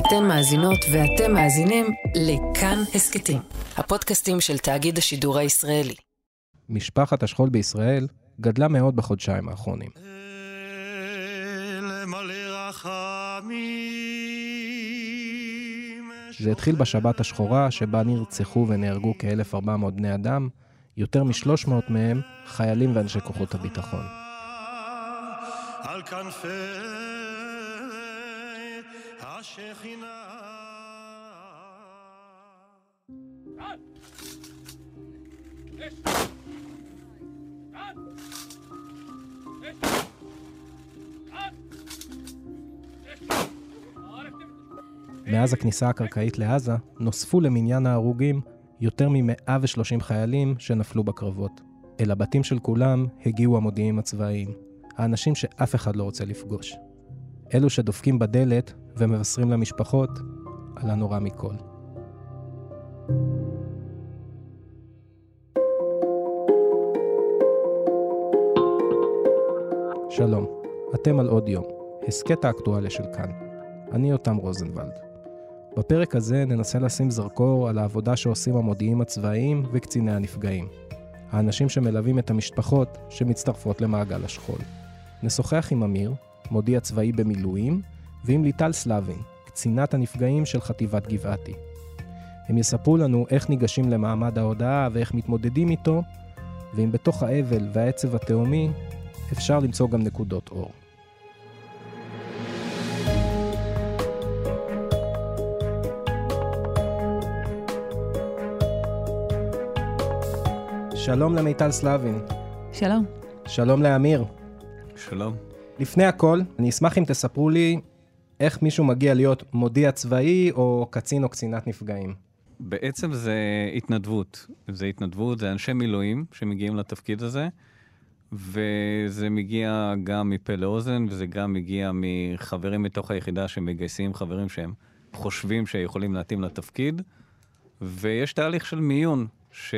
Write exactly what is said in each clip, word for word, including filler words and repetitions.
אתן מאזינות ואתם מאזינים לכאן הסקטים, הפודקאסטים של תאגיד השידור הישראלי. משפחת השכול בישראל גדלה מאוד בחודשיים האחרונים. זה התחיל בשבת השחורה שבה נרצחו ונהרגו כ-אלף וארבע מאות בני אדם, יותר מ-שלוש מאות מהם חיילים ואנשי כוחות הביטחון. על כנפי השכינה. מאז הכניסה הקרקעית לעזה נוספו למניין ההרוגים יותר מ-מאה ושלושים חיילים שנפלו בקרבות. אל הבתים של כולם הגיעו המודיעים הצבאיים, האנשים שאף אחד לא רוצה לפגוש. אלו שדופקים בדלת ומבשרים למשפחות על הנורא מכל. שלום, אתם על עוד יום, הסקט האקטואליה של כאן. אני יותם רוזנבלד. בפרק הזה ננסה לשים זרקור על העבודה שעושים המודיעים הצבאיים וקציני הנפגעים. האנשים שמלווים את המשפחות שמצטרפות למעגל השכול. נשוחח עם אמיר, מודיע צבאי במילואים, ועם ליטל סלבין, קצינת הנפגעים של חטיבת גבעתי. הם יספרו לנו איך ניגשים למעמד ההודעה ואיך מתמודדים איתו, ואם בתוך האבל והעצב התאומי אפשר למצוא גם נקודות אור. שלום למיטל סלבין. שלום. שלום לאמיר. שלום. לפני הכל, אני אשמח אם תספרו לי איך מישהו מגיע להיות מודיע צבאי או קצין או קצינת נפגעים. בעצם זה התנדבות. זה התנדבות, זה אנשי מילואים שמגיעים לתפקיד הזה, וזה מגיע גם מפה לאוזן, וזה גם מגיע מחברים מתוך היחידה שמגייסים חברים שהם חושבים שיכולים להתאים לתפקיד, ויש תהליך של מיון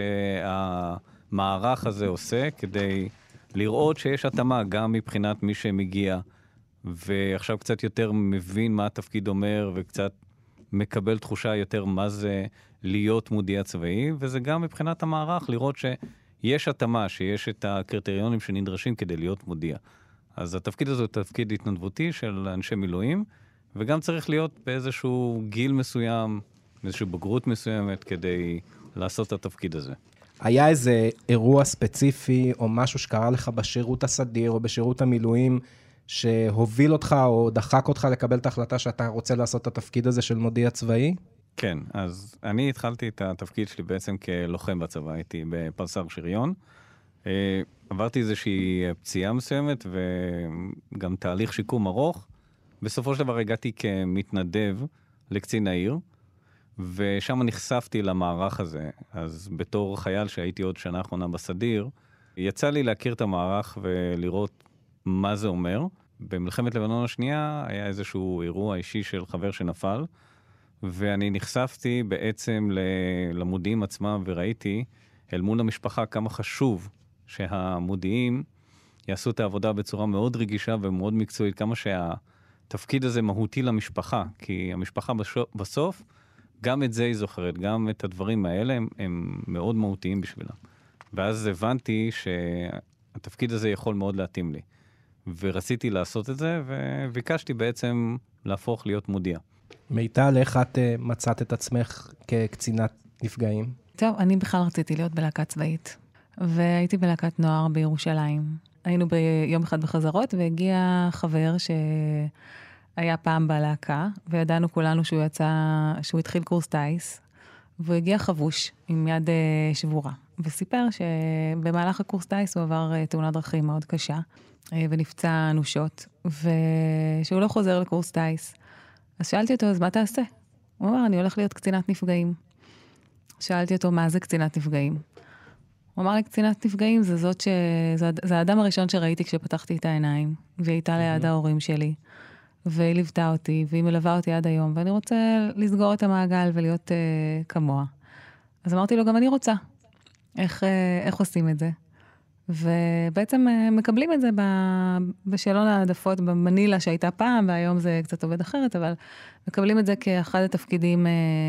שהמערך הזה עושה כדי לראות שיש התאמה גם מבחינת מי שמגיע, ועכשיו קצת יותר מבין מה התפקיד אומר, וקצת מקבל תחושה יותר מה זה להיות מודיע צבאי, וזה גם מבחינת המערך לראות שיש התאמה, שיש את הקריטריונים שנדרשים כדי להיות מודיע. אז התפקיד הזה הוא תפקיד התנדבותי של אנשי מילואים, וגם צריך להיות באיזשהו גיל מסוים, באיזושהי בגרות מסוימת כדי לעשות את התפקיד הזה. היה איזה אירוע ספציפי או משהו שקרה לך בשירות הסדיר או בשירות המילואים שהוביל אותך או דחק אותך לקבל את ההחלטה שאתה רוצה לעשות את התפקיד הזה של מודיע צבאי? כן, אז אני התחלתי את התפקיד שלי בעצם כלוחם בצבא, הייתי בפלס"ר שריון. עברתי איזושהי פציעה מסוימת וגם תהליך שיקום ארוך. בסופו של דבר הגעתי כמתנדב לקצין העיר, ושם נחשפתי למערך הזה. אז בתור חייל שהייתי עוד שנה האחרונה בסדיר, יצא לי להכיר את המערך ולראות מה זה אומר. במלחמת לבנון השנייה היה איזשהו אירוע אישי של חבר שנפל, ואני נחשפתי בעצם למודיעים עצמם, וראיתי אל מול המשפחה כמה חשוב שהמודיעים יעשו את העבודה בצורה מאוד רגישה ומאוד מקצועית, כמה שהתפקיד הזה מהותי למשפחה, כי המשפחה בסוף, גם את זה היא זוכרת, גם את הדברים האלה הם, הם מאוד מהותיים בשבילה. ואז הבנתי שהתפקיד הזה יכול מאוד להתאים לי. ורציתי לעשות את זה, וביקשתי בעצם להפוך להיות מודיע. מיטל, איך את uh, מצאת את עצמך כקצינת נפגעים? טוב, אני בכלל רציתי להיות בלהקה צבאית, והייתי בלהקת נוער בירושלים. היינו ביום אחד בחזרות, והגיע חבר שהיה פעם בלהקה, וידענו כולנו שהוא יצא, שהוא התחיל קורס טייס, והוא הגיע חבוש עם יד uh, שבורה, וסיפר שבמהלך הקורס טייס הוא עבר uh, תאונת דרכים מאוד קשה, uh, ונפצע אנושות, ושהוא לא חוזר לקורס טייס. אז שאלתי אותו, אז מה תעשה? הוא אמר, אני הולך להיות קצינת נפגעים. שאלתי אותו, מה זה קצינת נפגעים? הוא אמר לי, קצינת נפגעים זה זאת ש... זה, זה האדם הראשון שראיתי כשפתחתי את העיניים, והיא הייתה ליד ההורים שלי, והיא ליוותה אותי, והיא מלווה אותי עד היום, ואני רוצה לסגור את המעגל ולהיות uh, כמוה. אז אמרתי לו, גם אני רוצה. איך, uh, איך עושים את זה? ובעצם מקבלים את זה בשאלון העדפות במנילה שהייתה פעם, והיום זה קצת עובד אחרת, אבל מקבלים את זה כאחד התפקידים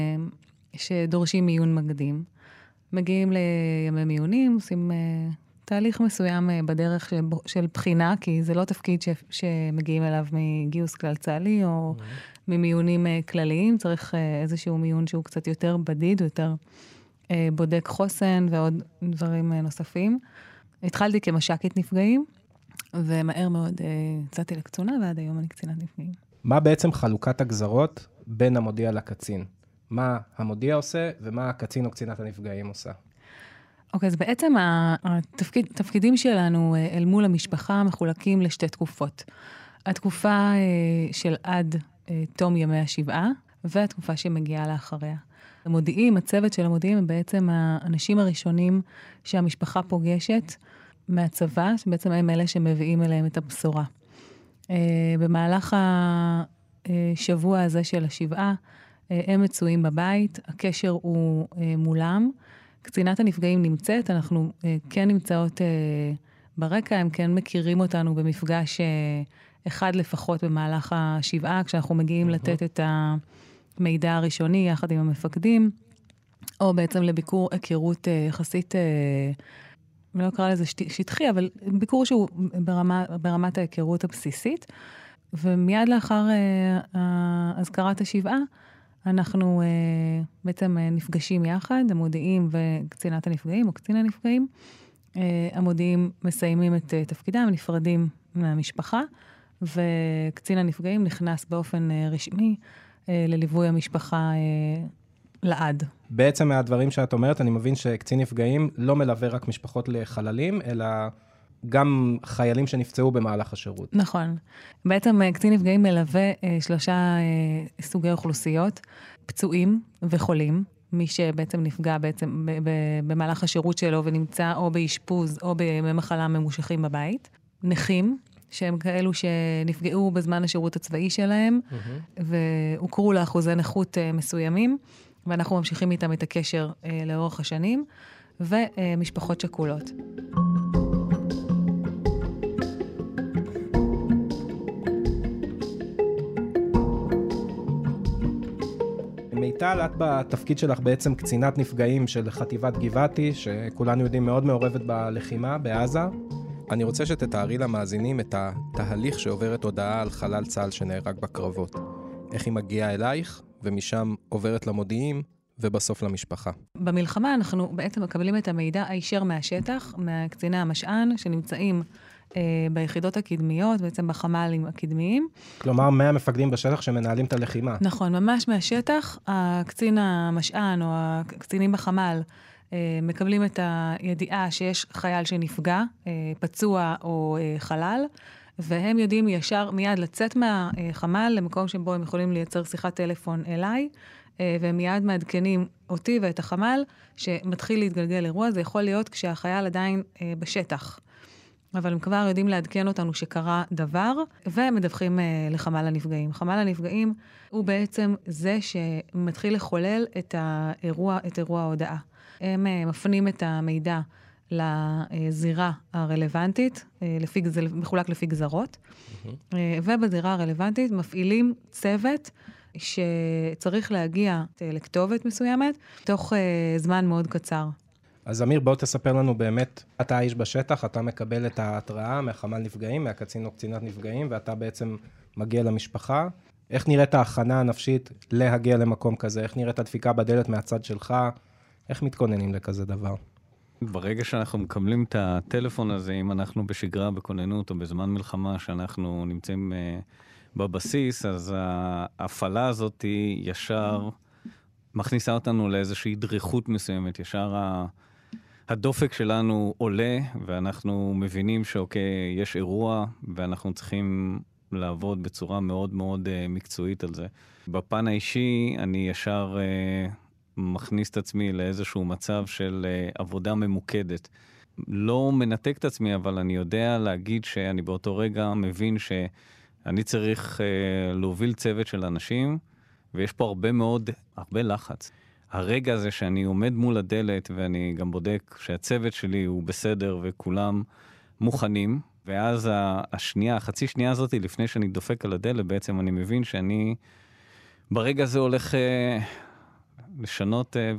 שדורשים מיון מקדים. מגיעים לימי מיונים, עושים תהליך מסוים בדרך של, של בחינה, כי זה לא תפקיד ש, שמגיעים אליו מגיוס כלל צה"לי, או mm-hmm. ממיונים כלליים, צריך איזשהו מיון שהוא קצת יותר בדיד, יותר בודק חוסן ועוד דברים נוספים. התחלתי כמש"קית נפגעים, ומהר מאוד יצאתי לקצונה, ועד היום אני קצינת נפגעים. מה בעצם חלוקת הגזרות בין המודיע לקצין? מה המודיע עושה, ומה הקצין או קצינת הנפגעים עושה? אוקיי, אז בעצם התפקיד, התפקידים שלנו אל מול המשפחה מחולקים לשתי תקופות. התקופה של עד תום ימי השבעה, והתקופה שמגיעה לאחריה. המודיעים, הצוות של המודיעים, הם בעצם האנשים הראשונים שהמשפחה פוגשת מהצבא, שבעצם הם אלה שמביאים אליהם את הבשורה. במהלך השבוע הזה של השבעה, הם מצויים בבית, הקשר הוא מולם, קצינת הנפגעים נמצאת, אנחנו כן נמצאות ברקע, הם כן מכירים אותנו במפגש אחד לפחות במהלך השבעה, כשאנחנו מגיעים לתת את המידע הראשוני יחד עם המפקדים, או בעצם לביקור היכרות יחסית, אני לא אקרא לזה שטחי, אבל ביקור שהוא ברמה, ברמת ההיכרות הבסיסית, ומיד לאחר הזכרת השבעה, אנחנו uh, בעצם uh, נפגשים יחד, המודיעים וקצינת הנפגעים, או קצין הנפגעים. Uh, המודיעים מסיימים את uh, תפקידם, נפרדים מהמשפחה, וקצין הנפגעים נכנס באופן uh, רשמי uh, לליווי המשפחה uh, לעד. בעצם מהדברים שאת אומרת, אני מבין שקצין נפגעים לא מלווה רק משפחות לחללים, אלא גם חיילים שנפצעו במהלך השירות. נכון. בעצם קצין נפגעים מלווה שלושה סוגי אוכלוסיות, פצועים וחולים, מי שבעצם נפגע בעצם במהלך השירות שלו ונמצא או באשפוז או בימי מחלה ממושכים בבית. נכים, שהם כאלו שנפגעו בזמן השירות הצבאי שלהם, mm-hmm. והוכרו לאחוזי נכות מסוימים, ואנחנו ממשיכים איתם את הקשר לאורך השנים, ומשפחות שכולות. מיטל, את בתפקיד שלך בעצם קצינת נפגעים של חטיבת גבעתי, שכולנו יודעים מאוד מעורבת בלחימה בעזה. אני רוצה שתתארי למאזינים את התהליך שעוברת הודעה על חלל צה"ל שנהרג בקרבות. איך היא מגיעה אלייך, ומשם עוברת למודיעים, ובסוף למשפחה. במלחמה אנחנו בעצם מקבלים את המידע הישר מהשטח, מהקציני המשען, שנמצאים אה, ביחידות הקדמיות, בעצם בחמ"לים הקדמיים. כלומר, מאה מפקדים בשטח שמנהלים את הלחימה. נכון, ממש מהשטח, הקצין המשען או הקצינים בחמ"ל, אה, מקבלים את הידיעה שיש חייל שנפגע, אה, פצוע או אה, חלל, והם יודעים ישר מיד לצאת מהחמ"ל למקום שבו הם יכולים לייצר שיחת טלפון אליי, והם מיד מעדכנים אותי ואת החמ"ל שמתחיל להתגלגל אירוע. זה יכול להיות כשהחייל עדיין אה, בשטח. אבל הם כבר יודעים לעדכן אותנו שקרה דבר, ומדווחים אה, לחמ"ל הנפגעים. חמ"ל הנפגעים הוא בעצם זה שמתחיל לחולל את האירוע, את אירוע ההודעה. הם אה, מפנים את המידע לזירה הרלוונטית, אה, לפי, זה מחולק לפי גזרות, mm-hmm. אה, ובזירה הרלוונטית מפעילים צוות שצריך להגיע לכתובת מסוימת, תוך uh, זמן מאוד קצר. אז אמיר, בוא תספר לנו באמת, אתה האיש בשטח, אתה מקבל את ההתראה מהחמ"ל נפגעים, מהקצין או קצינת נפגעים, ואתה בעצם מגיע למשפחה. איך נראית ההכנה הנפשית להגיע למקום כזה? איך נראית הדפיקה בדלת מהצד שלך? איך מתכוננים לכזה דבר? ברגע שאנחנו מקבלים את הטלפון הזה, אם אנחנו בשגרה, בכוננות או בזמן מלחמה, שאנחנו נמצאים Uh, בבסיס, אז ההפעלה הזאת היא ישר מכניסה אותנו לאיזושהי דריכות מסוימת. ישר הדופק שלנו עולה, ואנחנו מבינים שאוקיי, יש אירוע, ואנחנו צריכים לעבוד בצורה מאוד מאוד מקצועית על זה. בפן האישי, אני ישר מכניס את עצמי לאיזשהו מצב של עבודה ממוקדת. לא מנתק את עצמי, אבל אני יודע להגיד שאני באותו רגע מבין ש... אני צריך uh, להוביל צוות של אנשים, ויש פה הרבה מאוד, הרבה לחץ. הרגע הזה שאני עומד מול הדלת, ואני גם בודק שהצוות שלי הוא בסדר, וכולם מוכנים, ואז השנייה, החצי שנייה הזאת, לפני שאני דופק על הדלת, בעצם אני מבין שאני ברגע הזה הולך אה, לשנות אה,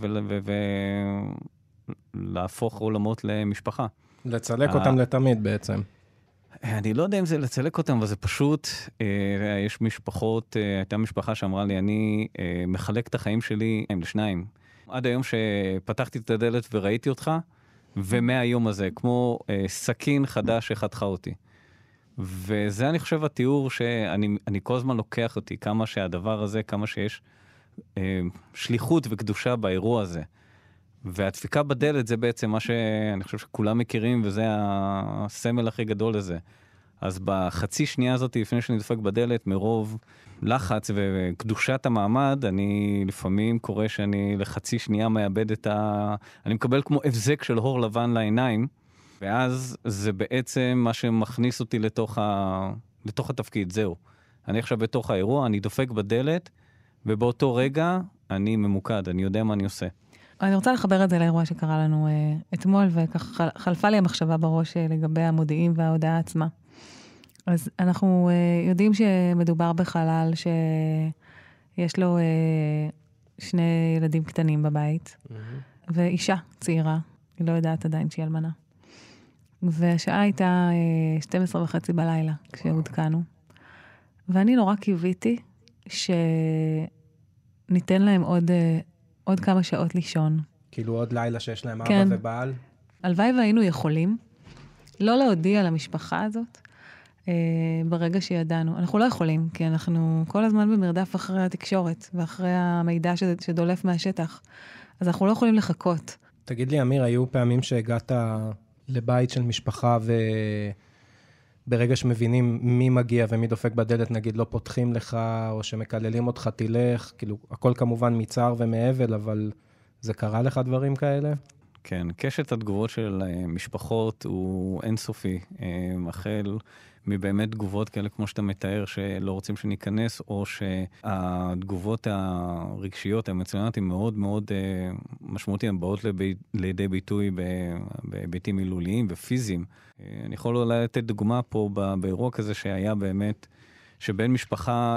ולהפוך עולמות למשפחה. לצלק אותם לתמיד בעצם. אני לא יודע אם זה לצלק אותם, אבל זה פשוט, אה, יש משפחות, אה, הייתה משפחה שאמרה לי, אני אה, מחלק את החיים שלי לשניים. עד היום שפתחתי את הדלת וראיתי אותך, ומהיום הזה, כמו אה, סכין חדש שחתכה אותי. וזה אני חושב התיאור שאני אני כל הזמן לוקח אותי, כמה שהדבר הזה, כמה שיש אה, שליחות וקדושה באירוע הזה. והדפיקה בדלת זה בעצם מה שאני חושב שכולם מכירים, וזה הסמל הכי גדול לזה. אז בחצי שנייה הזאת, לפני שאני דופק בדלת, מרוב לחץ וקדושת המעמד, אני לפעמים קורא שאני לחצי שנייה מאבד את ה... אני מקבל כמו הבזק של הור לבן לעיניים, ואז זה בעצם מה שמכניס אותי לתוך, ה... לתוך התפקיד, זהו. אני עכשיו בתוך האירוע, אני דופק בדלת, ובאותו רגע אני ממוקד, אני יודע מה אני עושה. אני רוצה לחבר את זה לאירוע שקרה לנו אה, אתמול, וככה חלפה לי המחשבה בראש אה, לגבי המודיעים וההודעה עצמה. אז אנחנו אה, יודעים שמדובר בחלל שיש לו אה, שני ילדים קטנים בבית, mm-hmm. ואישה צעירה, היא לא יודעת עדיין שהיא אלמנה. והשעה הייתה אה, שתים עשרה וחצי בלילה, כשהודקנו. ואני נורא קיוויתי שניתן להם עוד... אה, עוד כמה שעות לישון. כאילו עוד לילה שיש להם כן. אבא ובעל? הלוואי והיינו יכולים לא להודיע למשפחה הזאת אה, ברגע שידענו. אנחנו לא יכולים, כי אנחנו כל הזמן במרדף אחרי התקשורת, ואחרי המידע ש, שדולף מהשטח. אז אנחנו לא יכולים לחכות. תגיד לי, אמיר, היו פעמים שהגעת לבית של משפחה, וברגע שמבינים מי מגיע ומי דופק בדלת, נגיד לא פותחים לך, או שמקללים אותך, תלך, כאילו, הכל כמובן מצער ומאבל, אבל זה קרה לך דברים כאלה? כן, קשת התגובות של משפחות הוא אינסופי, החל מבאמת תגובות כאלה כמו שאתה מתאר, שלא רוצים שניכנס, או שהתגובות הרגשיות, האמוציונליות, הן מאוד מאוד משמעותיות, הן באות לידי ביטוי בהיבטים מילוליים ופיזיים. אני יכול אולי לתת דוגמה פה באירוע כזה שהיה באמת, שבן משפחה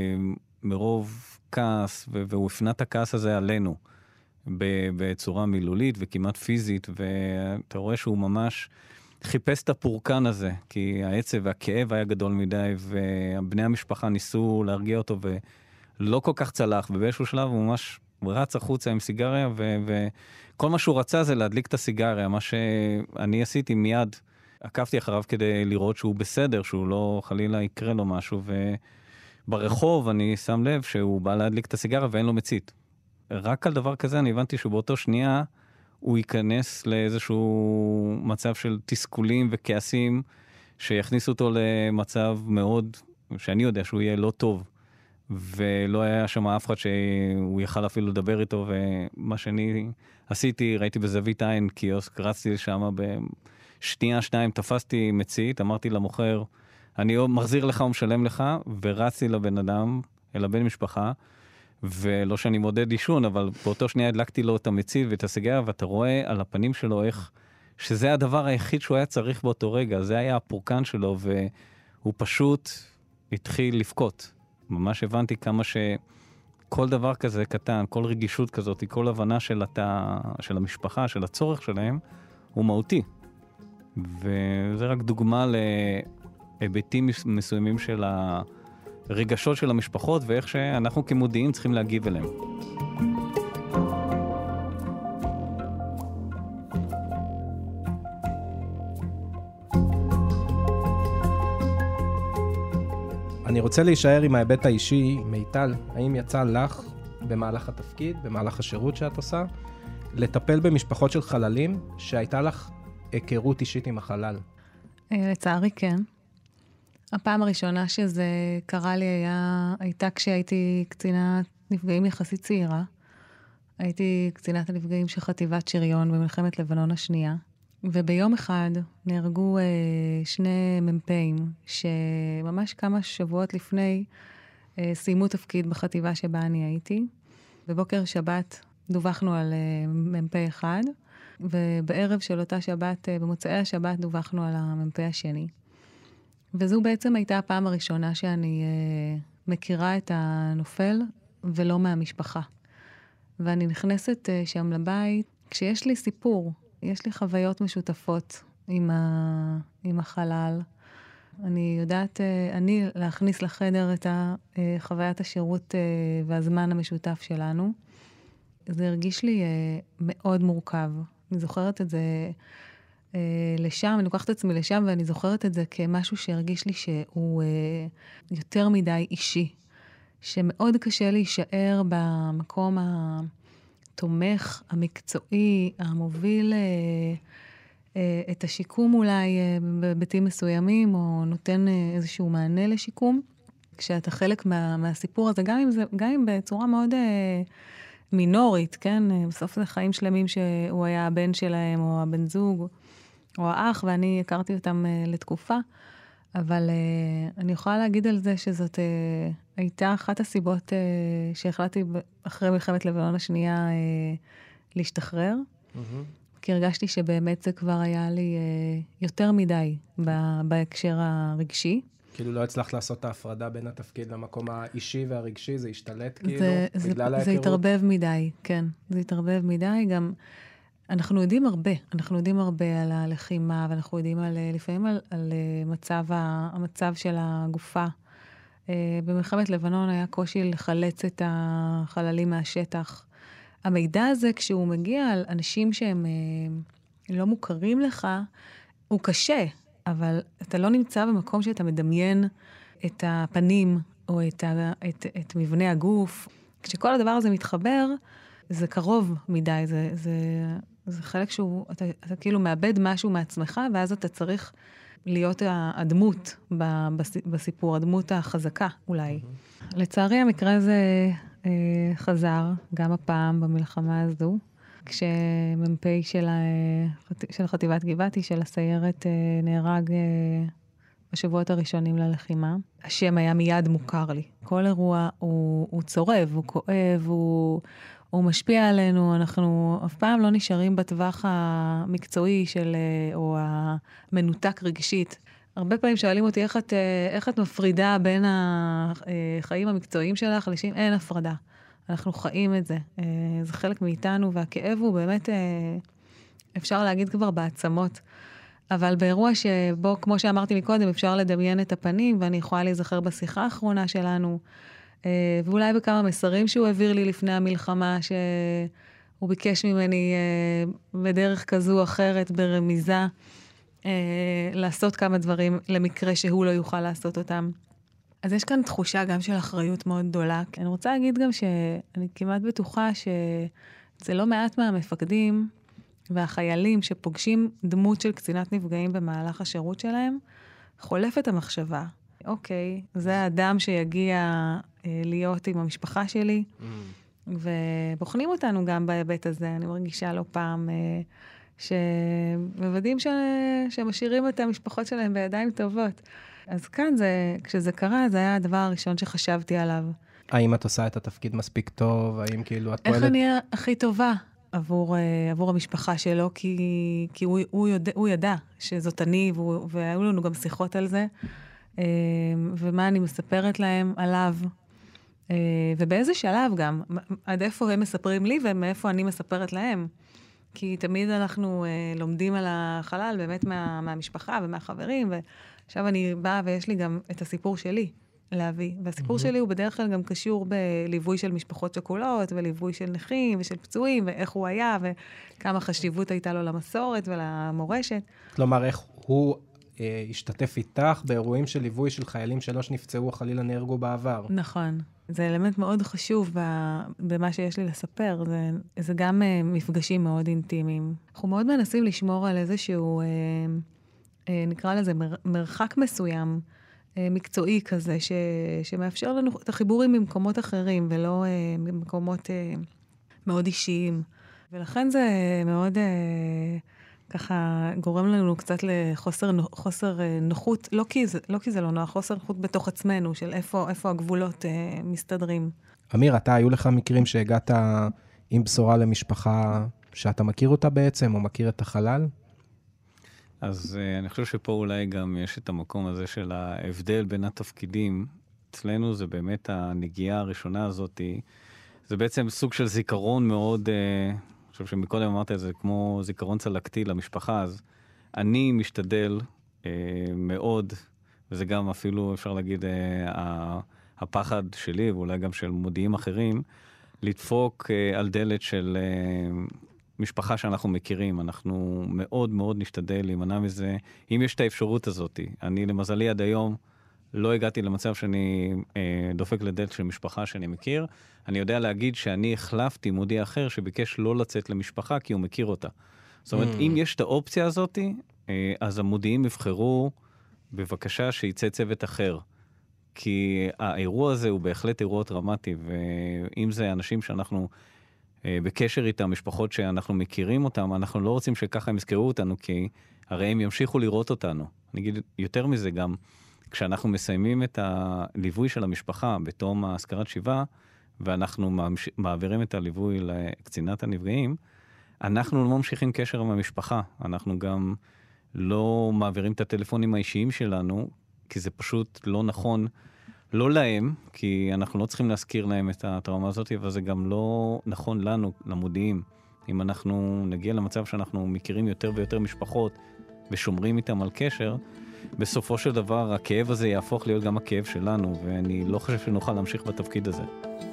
מרוב כעס, והוא הפנה את הכעס הזה עלינו, בצורה מילולית וכמעט פיזית, ואתה רואה שהוא ממש חיפש את הפורקן הזה, כי העצב והכאב היה גדול מדי, ובני המשפחה ניסו להרגיע אותו, ולא כל כך צלח, ובאיזשהו שלב הוא ממש רץ החוצה עם סיגריה, וכל מה שהוא רצה זה להדליק את הסיגריה, מה שאני עשיתי מיד, עקבתי אחריו כדי לראות שהוא בסדר, שהוא לא חלילה יקרה לו משהו, וברחוב אני שם לב שהוא בא להדליק את הסיגריה ואין לו מצית. רק על דבר כזה אני הבנתי שבאותו שנייה הוא ייכנס לאיזשהו מצב של תסכולים וכעסים שיכניסו אותו למצב מאוד, שאני יודע שהוא יהיה לא טוב, ולא היה שם אף אחד שהוא יכל אפילו לדבר איתו, ומה שאני עשיתי, ראיתי בזווית עין קיוסק, רצתי לשם בשנייה, שניים, תפסתי מצית, אמרתי למוכר, אני מחזיר לך ומשלם לך, ורצתי לבן אדם, אל הבן משפחה, ולא שאני מודד אישון, אבל באותו שנייה הדלקתי לו את המצית ואת הסיגריה, ואתה רואה על הפנים שלו איך, שזה הדבר היחיד שהוא היה צריך באותו רגע, זה היה הפורקן שלו, והוא פשוט התחיל לבכות. ממש הבנתי כמה שכל דבר כזה קטן, כל רגישות כזאת, כל הבנה של, התא, של המשפחה, של הצורך שלהם, הוא מהותי. וזה רק דוגמה להיבטים מסוימים של ה... רגשות של המשפחות, ואיך שאנחנו כמודיעים צריכים להגיב אליהם. אני רוצה להישאר עם ההיבט האישי. מיטל, האם יצא לך במהלך התפקיד, במהלך השירות שאת עושה, לטפל במשפחות של חללים שהייתה לך היכרות אישית עם החלל? לצערי כן. הפעם הראשונה שזה קרה לי היה, הייתה כשהייתי קצינת נפגעים יחסית צעירה. הייתי קצינת הנפגעים של חטיבת שריון במלחמת לבנון השנייה. וביום אחד נהרגו אה, שני ממפאים, שממש כמה שבועות לפני אה, סיימו תפקיד בחטיבה שבה אני הייתי. בבוקר שבת דווחנו על מ"פ אחד, ובערב של אותה שבת, במוצאי השבת, דווחנו על המ"פ השני. וזו בעצם הייתה הפעם הראשונה שאני מכירה את הנופל, ולא מהמשפחה. ואני נכנסת שם לבית, כשיש לי סיפור, יש לי חוויות משותפות עם, ה... עם החלל. אני יודעת, אני להכניס לחדר את חוויית השירות והזמן המשותף שלנו. זה הרגיש לי מאוד מורכב. אני זוכרת את זה לשם, אני לוקחת את עצמי לשם, ואני זוכרת את זה כמשהו שהרגיש לי שהוא יותר מדי אישי. שמאוד קשה להישאר במקום התומך, המקצועי, המוביל את השיקום אולי בבתים מסוימים, או נותן איזשהו מענה לשיקום, כשאתה חלק מה, מהסיפור הזה, גם אם, זה, גם אם בצורה מאוד מינורית, כן? בסוף זה חיים שלמים שהוא היה הבן שלהם, או הבן זוג, או האח, ואני הכרתי אותם לתקופה, אבל uh, אני יכולה להגיד על זה שזאת uh, הייתה אחת הסיבות uh, שהחלטתי אחרי מלחמת לבנון השנייה uh, להשתחרר, mm-hmm. כי הרגשתי שבאמת זה כבר היה לי uh, יותר מדי ב- בהקשר הרגשי. כאילו לא הצלחת לעשות את ההפרדה בין התפקיד למקום האישי והרגשי, זה השתלט כאילו זה, בגלל ההיכרות? זה התערבב מדי, כן. זה התערבב מדי, גם אנחנו יודעים הרבה, אנחנו יודעים הרבה על הלחימה, ואנחנו יודעים על, לפעמים על, על מצב, המצב של הגופה. במלחמת לבנון היה קושי לחלץ את החללים מהשטח. המידע הזה, כשהוא מגיע על אנשים שהם לא מוכרים לך, הוא קשה, אבל אתה לא נמצא במקום שאתה מדמיין את הפנים, או את, ה, את, את מבנה הגוף. כשכל הדבר הזה מתחבר, זה קרוב מדי, זה... זה זה חלק שהוא, אתה, אתה כאילו מאבד משהו מעצמך, ואז אתה צריך להיות הדמות בסיפור, הדמות החזקה אולי. Mm-hmm. לצערי המקרה הזה אה, חזר, גם הפעם במלחמה הזו, כשמ"פ של, של חטיבת גבעתי, של הסיירת, אה, נהרג אה, בשבועות הראשונים ללחימה. השם היה מיד מוכר לי. כל אירוע הוא, הוא צורב, הוא כואב, הוא... הוא משפיע עלינו, אנחנו אף פעם לא נשארים בטווח המקצועי של, או המנותק רגשית. הרבה פעמים שואלים אותי, איך את, איך את מפרידה בין החיים המקצועיים שלך לשם? אין הפרדה. אנחנו חיים את זה. זה חלק מאיתנו, והכאב הוא באמת, אפשר להגיד כבר בעצמות. אבל באירוע שבו, כמו שאמרתי מקודם, אפשר לדמיין את הפנים, ואני יכולה להיזכר בשיחה האחרונה שלנו, ואולי בכמה מסרים שהוא העביר לי לפני המלחמה, שהוא ביקש ממני בדרך כזו או אחרת, ברמיזה, לעשות כמה דברים למקרה שהוא לא יוכל לעשות אותם. אז יש כאן תחושה גם של אחריות מאוד גדולה. אני רוצה להגיד גם שאני כמעט בטוחה שזה לא מעט מהמפקדים והחיילים שפוגשים דמות של קצינת נפגעים במהלך השירות שלהם, חולפת המחשבה. אוקיי, זה האדם שיגיע אה, להיות עם המשפחה שלי, mm. ובוחנים אותנו גם בהיבט הזה. אני מרגישה לא פעם אה, שמוודאים ש... שמשאירים את המשפחות שלהם בידיים טובות. אז כאן, זה, כשזה קרה, זה היה הדבר הראשון שחשבתי עליו. האם את עושה את התפקיד מספיק טוב? האם כאילו את פועלת? איך אני הכי טובה עבור, עבור המשפחה שלו, כי, כי הוא, הוא, יודע, הוא ידע שזאת אני, והוא, והיו לנו גם שיחות על זה. ומה אני מספרת להם עליו, ובאיזה שלב גם, עד איפה הם מספרים לי ומאיפה אני מספרת להם. כי תמיד אנחנו לומדים על החלל באמת מה, מהמשפחה ומהחברים, ועכשיו אני באה ויש לי גם את הסיפור שלי להביא. והסיפור mm-hmm. שלי הוא בדרך כלל גם קשור בליווי של משפחות שכולות, וליווי של נכים ושל פצועים, ואיך הוא היה, וכמה חשיבות הייתה לו למסורת ולמורשת. כלומר, איך הוא השתתף איתך באירועים של ליווי של חיילים שלא שנפצעו או חלילה נהרגו בעבר. נכון. זה אלמנט מאוד חשוב במה שיש לי לספר. זה, זה גם מפגשים מאוד אינטימיים. אנחנו מאוד מנסים לשמור על איזשהו, נקרא לזה, מרחק מסוים, מקצועי כזה, ש, שמאפשר לנו את החיבורים ממקומות אחרים, ולא ממקומות מאוד אישיים. ולכן זה מאוד... ככה גורם לנו קצת לחוסר חוסר נוחות, לא כי זה, לא כי זה לא נוח, חוסר נוחות בתוך עצמנו, של איפה, איפה הגבולות אה, מסתדרים. אמיר, אתה, היו לך מקרים שהגעת עם בשורה למשפחה שאתה מכיר אותה בעצם, או מכיר את החלל? אז uh, אני חושב שפה אולי גם יש את המקום הזה של ההבדל בין התפקידים. אצלנו זה באמת הנגיעה הראשונה הזאת, זה בעצם סוג של זיכרון מאוד, uh, אני חושב שמקודם אמרת את זה, כמו זיכרון צלקתי למשפחה, אז אני משתדל uh, מאוד, וזה גם אפילו אפשר להגיד uh, הפחד שלי, ואולי גם של מודיעים אחרים, לדפוק uh, על דלת של uh, משפחה שאנחנו מכירים. אנחנו מאוד מאוד נשתדל להימנע מזה. אם יש את האפשרות הזאת, אני למזלי עד היום לא הגעתי למצב שאני אה, דופק לדלת של משפחה שאני מכיר. אני יודע להגיד שאני החלפתי מודיע אחר שביקש לא לצאת למשפחה כי הוא מכיר אותה. זאת אומרת, mm. אם יש את האופציה הזאת, אה, אז המודיעים יבחרו בבקשה שיצא צוות אחר. כי האירוע הזה הוא בהחלט אירוע דרמטי, ואם זה אנשים שאנחנו בקשר איתם, משפחות שאנחנו מכירים אותם, אנחנו לא רוצים שככה הם יזכרו אותנו, כי הרי הם ימשיכו לראות אותנו. אני אגיד יותר מזה גם, כשאנחנו מסיימים את הליווי של המשפחה בתום ההזכרת שבעה, ואנחנו מעבירים את הליווי לקצינת הנפגעים, אנחנו לא ממשיכים קשר עם המשפחה. אנחנו גם לא מעבירים את הטלפונים האישיים שלנו, כי זה פשוט לא נכון, לא להם, כי אנחנו לא צריכים להזכיר להם את הטראומה הזאת, אבל זה גם לא נכון לנו, למודיעים. אם אנחנו נגיע למצב שאנחנו מכירים יותר ויותר משפחות, ושומרים איתם על קשר, בסופו של דבר הכאב הזה יהפוך להיות גם הכאב שלנו, ואני לא חושב שנוכל להמשיך בתפקיד הזה.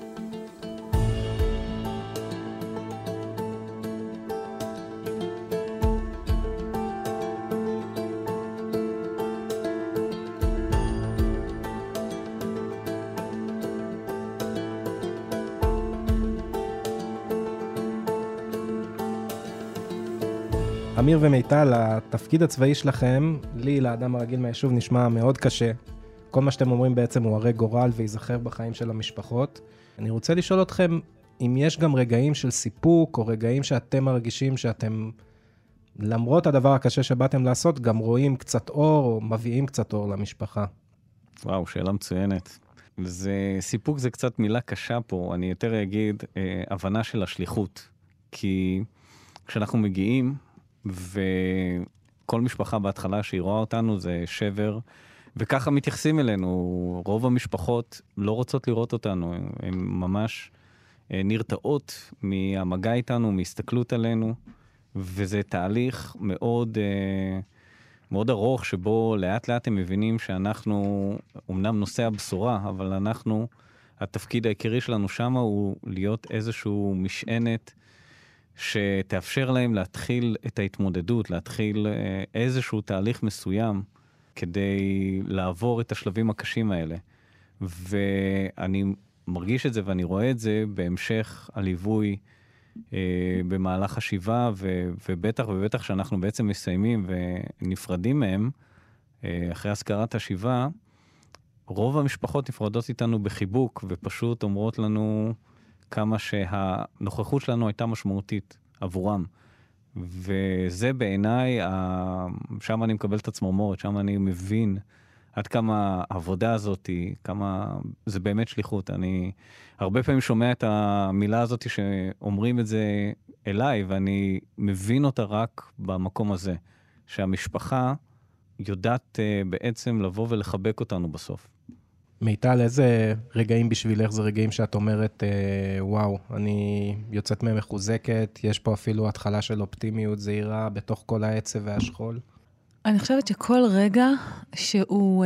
אמיר ומיטל, התפקיד הצבאי שלכם, לי, לאדם הרגיל מהיישוב, נשמע מאוד קשה. כל מה שאתם אומרים בעצם הוא הרי גורל ויזכר בחיים של המשפחות. אני רוצה לשאול אתכם, אם יש גם רגעים של סיפוק, או רגעים שאתם מרגישים שאתם, למרות הדבר הקשה שבאתם לעשות, גם רואים קצת אור, או מביאים קצת אור למשפחה. וואו, שאלה מצוינת. זה, סיפוק זה קצת מילה קשה פה, אני יותר אגיד, אה, הבנה של השליחות. כי כשאנחנו מגיעים, וכל משפחה בהתחלה שהיא רואה אותנו זה שבר, וככה מתייחסים אלינו. רוב המשפחות לא רוצות לראות אותנו, הן ממש נרתעות מהמגע איתנו, מהסתכלות עלינו, וזה תהליך מאוד, מאוד ארוך, שבו לאט לאט הם מבינים שאנחנו, אמנם נושא הבשורה, אבל אנחנו, התפקיד העיקרי שלנו שם הוא להיות איזשהו משענת, שתאפשר להם להתחיל את ההתמודדות, להתחיל איזשהו תהליך מסוים, כדי לעבור את השלבים הקשים האלה. ואני מרגיש את זה ואני רואה את זה בהמשך הליווי אה, במהלך השבעה, ו- ובטח ובטח שאנחנו בעצם מסיימים ונפרדים מהם, אה, אחרי הזכרת השבעה, רוב המשפחות נפרדות איתנו בחיבוק, ופשוט אומרות לנו כמה שהנוכחות שלנו הייתה משמעותית עבורם. וזה בעיניי, שם אני מקבל את הצמרמורת, שם אני מבין עד כמה העבודה הזאת, כמה זה באמת שליחות. אני הרבה פעמים שומע את המילה הזאת שאומרים את זה אליי, ואני מבין אותה רק במקום הזה, שהמשפחה יודעת בעצם לבוא ולחבק אותנו בסוף. מיטל, איזה רגעים בשבילך זה רגעים שאת אומרת, אה, וואו, אני יוצאת מהם מחוזקת, יש פה אפילו התחלה של אופטימיות זהירה בתוך כל העצב והשכול? אני חושבת שכל רגע שהוא אה,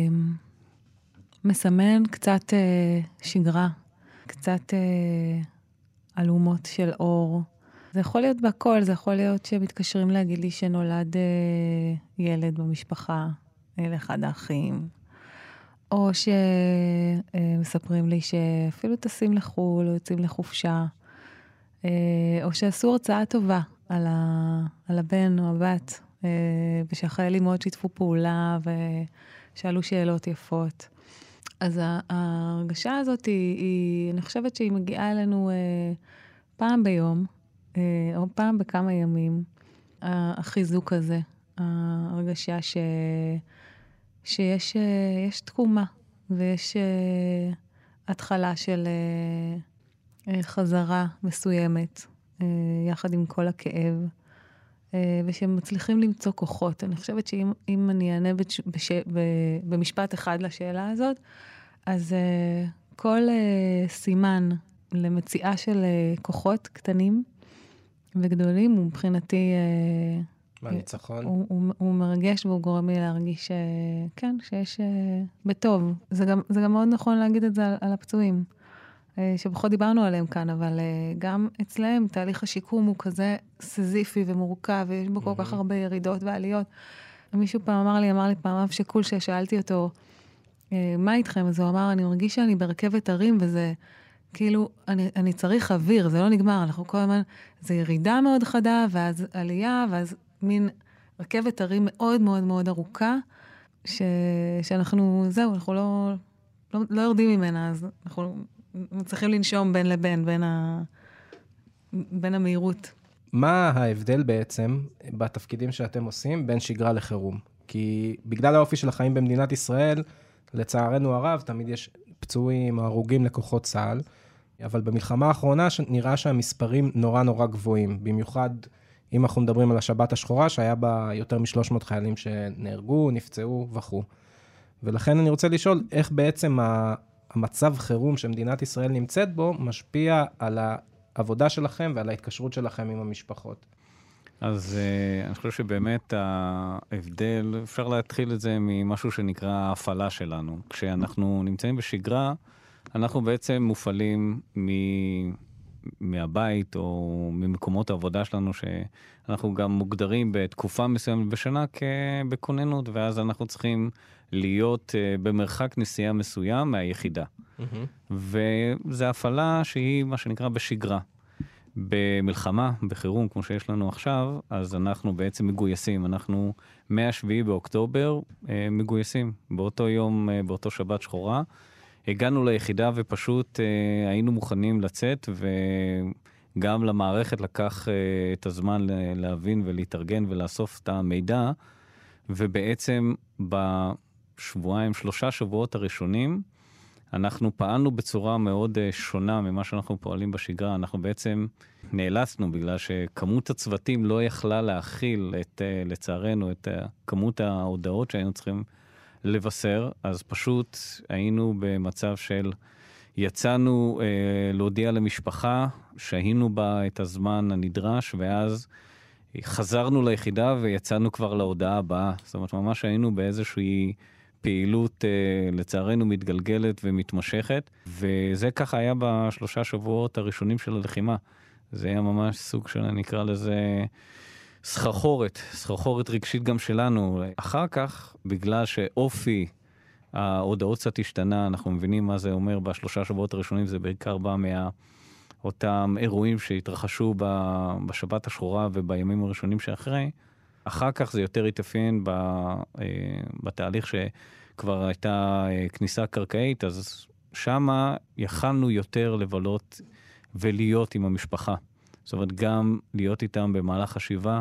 מסמן קצת אה, שגרה, קצת אה, אלומות של אור. זה יכול להיות בכל, זה יכול להיות שמתקשרים להגיד לי שנולד אה, ילד במשפחה, לאחד האחים. או שמספרים לי שאפילו טסים לחול, או יוצאים לחופשה, או שעשו הרצאה טובה על, ה, על הבן או הבת, ושהחיילים מאוד שיתפו פעולה, ושאלו שאלות יפות. אז ההרגשה הזאת, היא, היא, אני חושבת שהיא מגיעה אלינו פעם ביום, או פעם בכמה ימים, החיזוק הזה, ההרגשה ש... שיש יש תקומה, ויש uh, התחלה של uh, חזרה מסוימת, יחד עם כל הכאב, ושהם מצליחים למצוא כוחות. אני חושבת שאם אם אני אענה בש, בש, במשפט אחד לשאלה הזאת, אז כל סימן למציאה של כוחות קטנים וגדולים, הוא מבחינתי... מהניצחון. הוא, הוא, הוא מרגש והוא גורם לי להרגיש, כן, שיש בטוב. זה גם, זה גם מאוד נכון להגיד את זה על, על הפצועים. שפחות דיברנו עליהם כאן, אבל גם אצלהם תהליך השיקום הוא כזה סזיפי ומורכב, ויש בו כל כך הרבה ירידות ועליות. מישהו פעם אמר לי, אמר לי פעם אב שכול ששאלתי אותו, מה איתכם? אז הוא אמר, אני מרגיש שאני ברכבת הרים, וזה כאילו, אני, אני צריך אוויר, זה לא נגמר, אנחנו כל הזמן, זה ירידה מאוד חדה, ואז עלייה, ואז מין רכבת הרים מאוד מאוד מאוד ארוכה, ש, שאנחנו, זהו, אנחנו לא, לא, לא יורדים ממנה, אז אנחנו... צריכים לנשום בין לבין, בין, ה... בין המהירות. מה ההבדל בעצם בתפקידים שאתם עושים בין שגרה לחירום? כי בגלל האופי של החיים במדינת ישראל, לצערנו הרב, תמיד יש פצועים או הרוגים לכוחות צה"ל, אבל במלחמה האחרונה נראה שהמספרים נורא נורא גבוהים, במיוחד אם אנחנו מדברים על השבת השחורה, שהיה בה יותר מ-שלוש מאות חיילים שנהרגו, נפצעו וכו'. ולכן אני רוצה לשאול, איך בעצם ה... המצב חירום שמדינת ישראל נמצאת בו, משפיע על העבודה שלכם ועל ההתקשרות שלכם עם המשפחות. אז uh, אני חושב שבאמת ההבדל, אפשר להתחיל את זה ממשהו שנקרא ההפעלה שלנו. כשאנחנו נמצאים בשגרה, אנחנו בעצם מופעלים מ... מהבית או ממקומות העבודה שלנו, שאנחנו גם מוגדרים בתקופה מסוימת בשנה כבכוננות, ואז אנחנו צריכים להיות uh, במרחק נסיעה מסוים מהיחידה. Mm-hmm. וזה הפעלה שהיא מה שנקרא בשגרה. במלחמה, בחירום, כמו שיש לנו עכשיו, אז אנחנו בעצם מגויסים. אנחנו מהשביעי באוקטובר uh, מגויסים. באותו יום, uh, באותו שבת שחורה, הגענו ליחידה ופשוט uh, היינו מוכנים לצאת, וגם למערכת לקח uh, את הזמן להבין ולהתארגן ולאסוף את המידע, ובעצם בשבועיים, שלושה שבועות הראשונים, אנחנו פעלנו בצורה מאוד uh, שונה ממה שאנחנו פועלים בשגרה. אנחנו בעצם נאלצנו, בגלל שכמות הצוותים לא יכלה להכיל את, uh, לצערנו, את uh, כמות ההודעות שהיינו צריכים לבשר, אז פשוט היינו במצב של יצאנו אה, להודיע למשפחה, שהיינו בה את הזמן הנדרש, ואז חזרנו ליחידה ויצאנו כבר להודעה הבאה. זאת אומרת, ממש היינו באיזושהי פעילות אה, לצערנו מתגלגלת ומתמשכת, וזה ככה היה בשלושה שבועות הראשונים של הלחימה. זה היה ממש סוג של, נקרא לזה, סחרחורת, סחרחורת רגשית גם שלנו. אחר כך, בגלל שאופי ההודעות קצת השתנה, אנחנו מבינים מה זה אומר בשלושה שבועות הראשונים, זה בעיקר בא מאותם אירועים שהתרחשו בשבת השחורה ובימים הראשונים שאחרי. אחר כך זה יותר התאפיין בתהליך שכבר הייתה כניסה קרקעית, אז שמה יכלנו יותר לבלות ולהיות עם המשפחה. זאת אומרת, גם להיות איתם במהלך השבעה,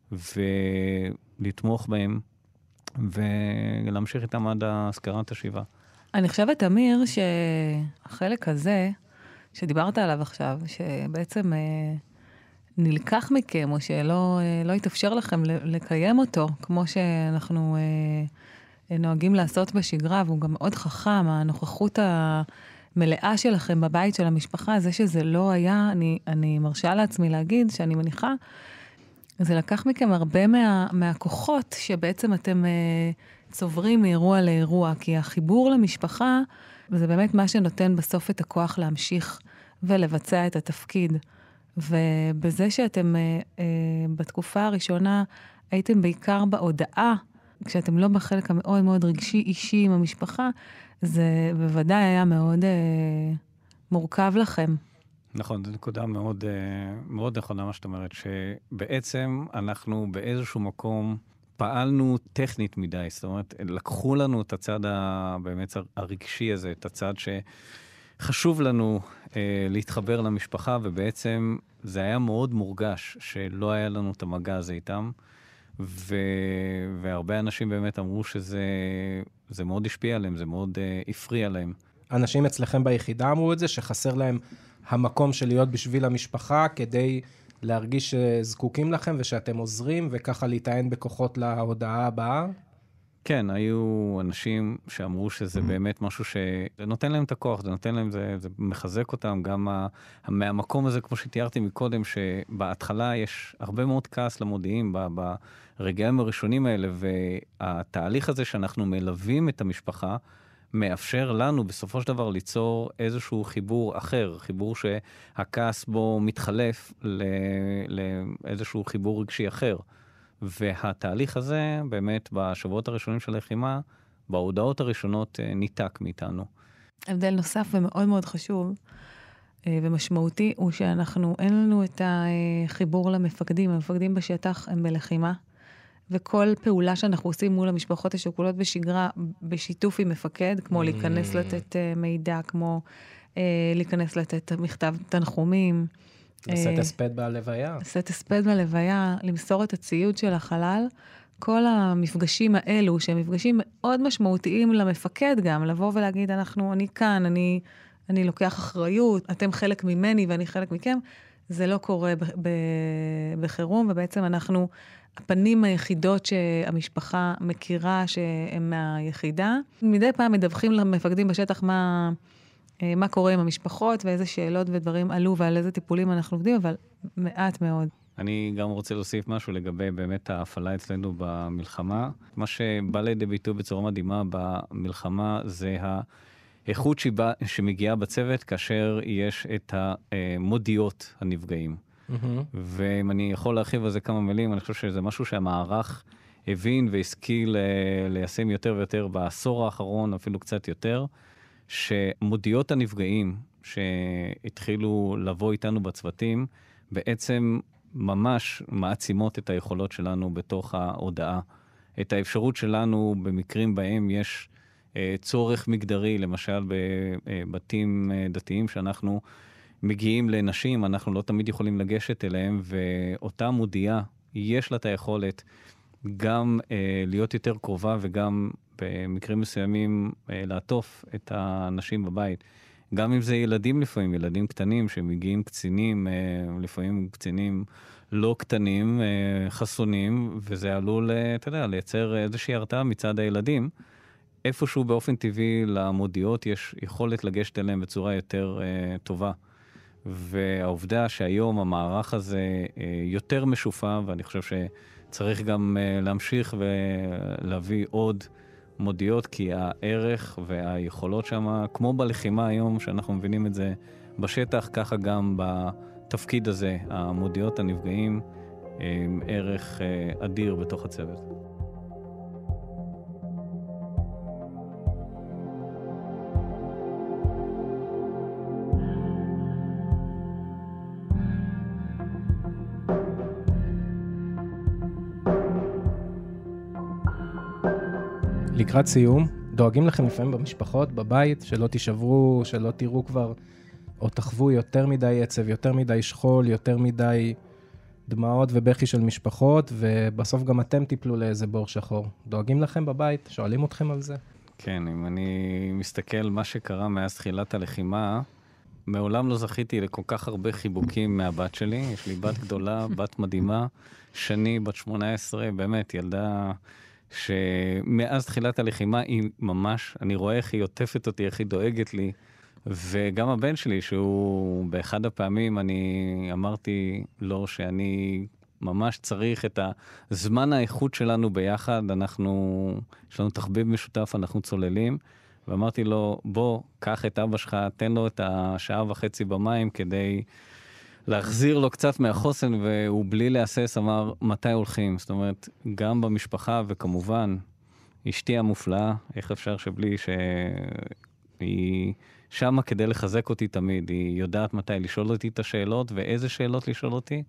ולתמוך בהם, ולהמשיך איתם עד הזכרת השבעה. אני חושבת, אמיר, שהחלק הזה, שדיברת עליו עכשיו, שבעצם אה, נלקח מכם, או שלא אה, לא יתאפשר לכם לקיים אותו, כמו שאנחנו אה, נוהגים לעשות בשגרה, והוא גם מאוד חכם, הנוכחות ה... מלאה שלכם בבית של המשפחה, זה שזה לא היה, אני, אני מרשה לעצמי להגיד שאני מניחה, זה לקח מכם הרבה מה, מהכוחות שבעצם אתם אה, צוברים מאירוע לאירוע, כי החיבור למשפחה, זה באמת מה שנותן בסוף את הכוח להמשיך ולבצע את התפקיד. ובזה שאתם אה, אה, בתקופה הראשונה הייתם בעיקר בהודעה, כשאתם לא בחלק המאוד מאוד רגשי אישי עם המשפחה, זה בוודאי היה מאוד אה, מורכב לכם. נכון, זו נקודה מאוד, אה, מאוד נכונה מה שאת אומרת, שבעצם אנחנו באיזשהו מקום פעלנו טכנית מדי, זאת אומרת, לקחו לנו את הצד ה, באמת הרגשי הזה, את הצד שחשוב לנו אה, להתחבר למשפחה, ובעצם זה היה מאוד מורגש שלא היה לנו את המגע הזה איתם, ו... והרבה אנשים באמת אמרו שזה זה מאוד השפיע עליהם, זה מאוד uh, הפריע להם. אנשים אצלכם ביחידה אמרו את זה, שחסר להם המקום של להיות בשביל המשפחה, כדי להרגיש שזקוקים לכם ושאתם עוזרים, וככה להתעין בכוחות להודעה הבאה? כן, היו אנשים שאמרו שזה באמת משהו שנותן להם את הכוח, זה נותן להם, זה, זה מחזק אותם, גם מה, מהמקום הזה, כמו שתיארתי מקודם, שבהתחלה יש הרבה מאוד כעס למודיעים, ברגעים הראשונים האלה, והתהליך הזה שאנחנו מלווים את המשפחה, מאפשר לנו בסופו של דבר ליצור איזשהו חיבור אחר, חיבור שהכעס בו מתחלף לאיזשהו חיבור רגשי אחר. והתהליך הזה באמת בשבועות הראשונים של הלחימה, בהודעות הראשונות ניתק מאיתנו. הבדל נוסף ומאוד מאוד חשוב ומשמעותי, הוא שאנחנו, אין לנו את החיבור למפקדים. המפקדים בשטח הם בלחימה, וכל פעולה שאנחנו עושים מול המשפחות השכולות בשגרה, בשיתוף עם מפקד, כמו להיכנס לתת מידע, כמו להיכנס לתת מכתב תנחומים, לשאת הספד בלוויה. לשאת הספד בלוויה, למסור את הציוד של החלל. כל המפגשים האלו, שהם מפגשים מאוד משמעותיים למפקד גם, לבוא ולהגיד, אנחנו, אני כאן, אני, אני לוקח אחריות, אתם חלק ממני ואני חלק מכם, זה לא קורה ב, ב, בחירום, ובעצם אנחנו, הפנים היחידות שהמשפחה מכירה שהן מהיחידה. מדי פעם מדווחים למפקדים בשטח מה... מה קורה עם המשפחות, ואיזה שאלות ודברים עלו, ועל איזה טיפולים אנחנו עובדים, אבל מעט מאוד. אני גם רוצה להוסיף משהו לגבי באמת ההפעלה אצלנו במלחמה. מה שבא לידי ביטוי בצורה מדהימה במלחמה, זה האיכות שבא, שמגיעה בצוות, כאשר יש את המודיעות הנפגעים. Mm-hmm. ואם אני יכול להרחיב על זה כמה מילים, אני חושב שזה משהו שהמערך הבין והשכיל ליישם יותר ויותר בעשור האחרון, אפילו קצת יותר, שמודיעות הנפגעים שהתחילו לבוא איתנו בצוותים, בעצם ממש מעצימות את היכולות שלנו בתוך ההודעה. את האפשרות שלנו במקרים בהם יש אה, צורך מגדרי, למשל בבתים אה, דתיים שאנחנו מגיעים לנשים, אנחנו לא תמיד יכולים לגשת אליהם, ואותה מודיעה, יש לה את היכולת גם אה, להיות יותר קרובה וגם במקרים מסוימים אה, לעטוף את האנשים בבית. גם אם זה ילדים לפעמים, ילדים קטנים שמגיעים קצינים, אה, לפעמים קצינים לא קטנים, אה, חסונים, וזה עלול, אה, אתה יודע, לייצר איזושהי הרתעה מצד הילדים. איפשהו באופן טבעי למודיעות יש יכולת לגשת אליהם בצורה יותר אה, טובה. והעובדה שהיום המערך הזה אה, יותר משופע, ואני חושב שצריך גם אה, להמשיך ולהביא עוד מודיעות, כי הערך והיכולות שם, כמו בלחימה היום, שאנחנו מבינים את זה בשטח, ככה גם בתפקיד הזה, המודיעות הנפגעים, הם ערך אדיר בתוך הצוות. לקראת סיום, דואגים לכם לפעמים במשפחות, בבית, שלא תישברו, שלא תראו כבר, או תחוו יותר מדי עצב, יותר מדי שכול, יותר מדי דמעות ובכי של משפחות, ובסוף גם אתם תיפלו לאיזה בור שחור. דואגים לכם בבית? שואלים אתכם על זה? כן, אם אני מסתכל מה שקרה מאז תחילת הלחימה, מעולם לא זכיתי לכל כך הרבה חיבוקים מהבת שלי. יש לי בת גדולה, בת מדהימה, שני, בת שמונה עשרה, באמת ילדה שמאז תחילת הלחימה היא ממש, אני רואה איך היא עוטפת אותי, איך היא דואגת לי, וגם הבן שלי, שהוא באחד הפעמים, אני אמרתי לו שאני ממש צריך את הזמן האיכות שלנו ביחד, אנחנו, יש לנו תחביב משותף, אנחנו צוללים, ואמרתי לו, בוא, קח את אבא שלך, תן לו את השעה וחצי במים, כדי להחזיר לו קצת מהחוסן, והוא בלי להסס אמר, מתי הולכים? זאת אומרת, גם במשפחה, וכמובן, אשתי המופלאה, איך אפשר שבלי שהיא שמה כדי לחזק אותי תמיד, היא יודעת מתי לשאול אותי את השאלות, ואיזה שאלות לשאול אותי,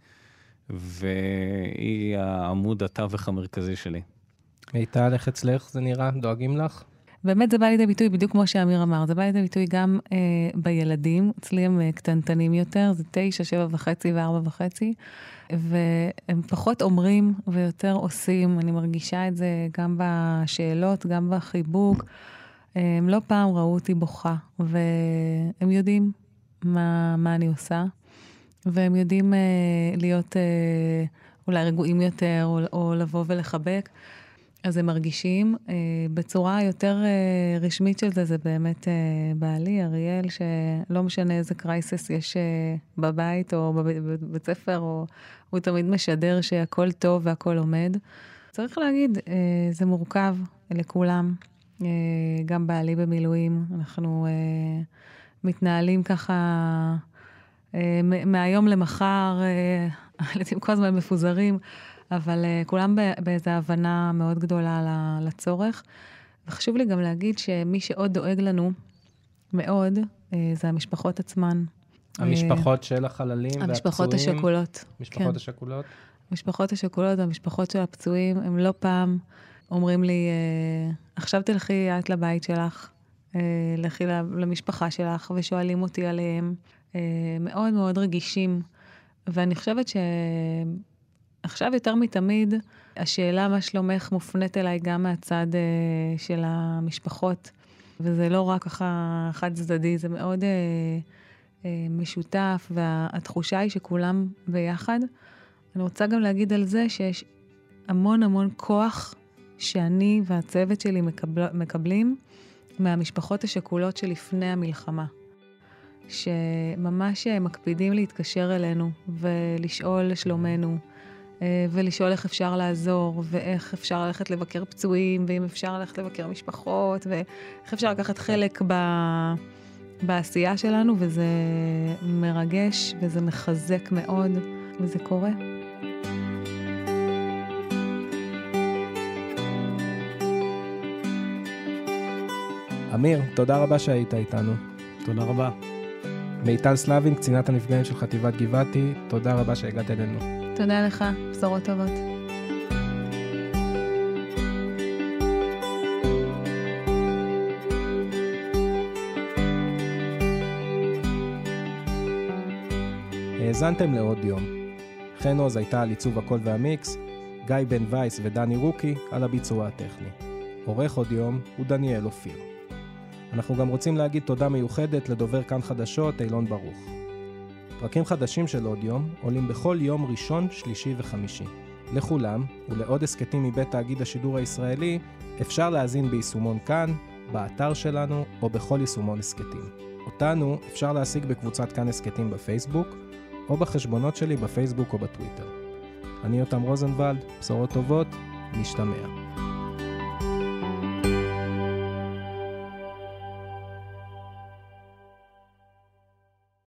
והיא העמוד התווך המרכזי שלי. מיטל, איך אצלך זה נראה? דואגים לך? באמת זה בא לידי ביטוי, בדיוק כמו שאמיר אמר, זה בא לידי ביטוי גם אה, בילדים, אצלי הם אה, קטנטנים יותר, זה תשע, שבע וחצי וארבע וחצי, והם פחות אומרים ויותר עושים, אני מרגישה את זה גם בשאלות, גם בחיבוק, הם לא פעם ראו אותי בוכה, והם יודעים, מה, מה אני עושה, והם יודעים uh, להיות uh, אולי רגועים יותר, או, או לבוא ולחבק, אז הם מרגישים. Uh, בצורה יותר uh, רשמית של זה, זה באמת uh, בעלי, אריאל, שלא משנה איזה קרייסס יש uh, בבית, או בבית ספר, או הוא תמיד משדר שהכל טוב והכל עומד. צריך להגיד, uh, זה מורכב לכולם. Uh, גם בעלי במילואים, אנחנו uh, מתנהלים ככה uh, מהיום למחר, הילדים כל הזמן מפוזרים, אבל uh, כולם באיזו הבנה מאוד גדולה לצורך. וחשוב לי גם להגיד שמי שעוד דואג לנו מאוד, uh, זה המשפחות עצמן. המשפחות uh, של החללים והפצועים. המשפחות השכולות. משפחות כן. השכולות. המשפחות השכולות והמשפחות של הפצועים, הם לא פעם אומרים לי, עכשיו תלכי את לבית שלך, לכי למשפחה שלך, ושואלים אותי עליהם. מאוד מאוד רגישים. ואני חושבת שעכשיו יותר מתמיד, השאלה מה שלומך מופנית אליי גם מהצד של המשפחות. וזה לא רק ככה חד צדדי, זה מאוד משותף, והתחושה היא שכולם ביחד. אני רוצה גם להגיד על זה שיש המון המון כוח שאני והצוות שלי מקבל, מקבלים מהמשפחות השכולות שלפני המלחמה. שממש מקפידים להתקשר אלינו ולשאול לשלומנו, ולשאול איך אפשר לעזור, ואיך אפשר ללכת לבקר פצועים, ואם אפשר ללכת לבקר משפחות, ואיך אפשר לקחת חלק ב... בעשייה שלנו, וזה מרגש, וזה מחזק מאוד, וזה קורה. אמיר, תודה רבה שהיית איתנו. תודה רבה. מיטל סלבין, קצינת הנפגעים של חטיבת גבעתי, תודה רבה שהגעת אלינו. תודה לך, בשורות טובות. האזנתם לעוד יום. חן עוז הייתה על עיצוב הקול והמיקס, גיא בן וייס ודני רוקי על הביצוע הטכני. עורך עוד יום הוא דניאל אופיר. אנחנו גם רוצים להגיד תודה מיוחדת לדובר כאן חדשות אילון ברוך. פרקים חדשים של עוד יום עולים בכל יום ראשון, שלישי וחמישי. לכולם ולעוד הסקטים מבית תאגיד השידור הישראלי אפשר להאזין ביישומון כאן, באתר שלנו או בכל יישומון הסקטים. אותנו אפשר להשיג בקבוצת כאן הסקטים בפייסבוק או בחשבונות שלי בפייסבוק או בטוויטר. אני יותם רוזנבלד, בשורות טובות, נשתמע.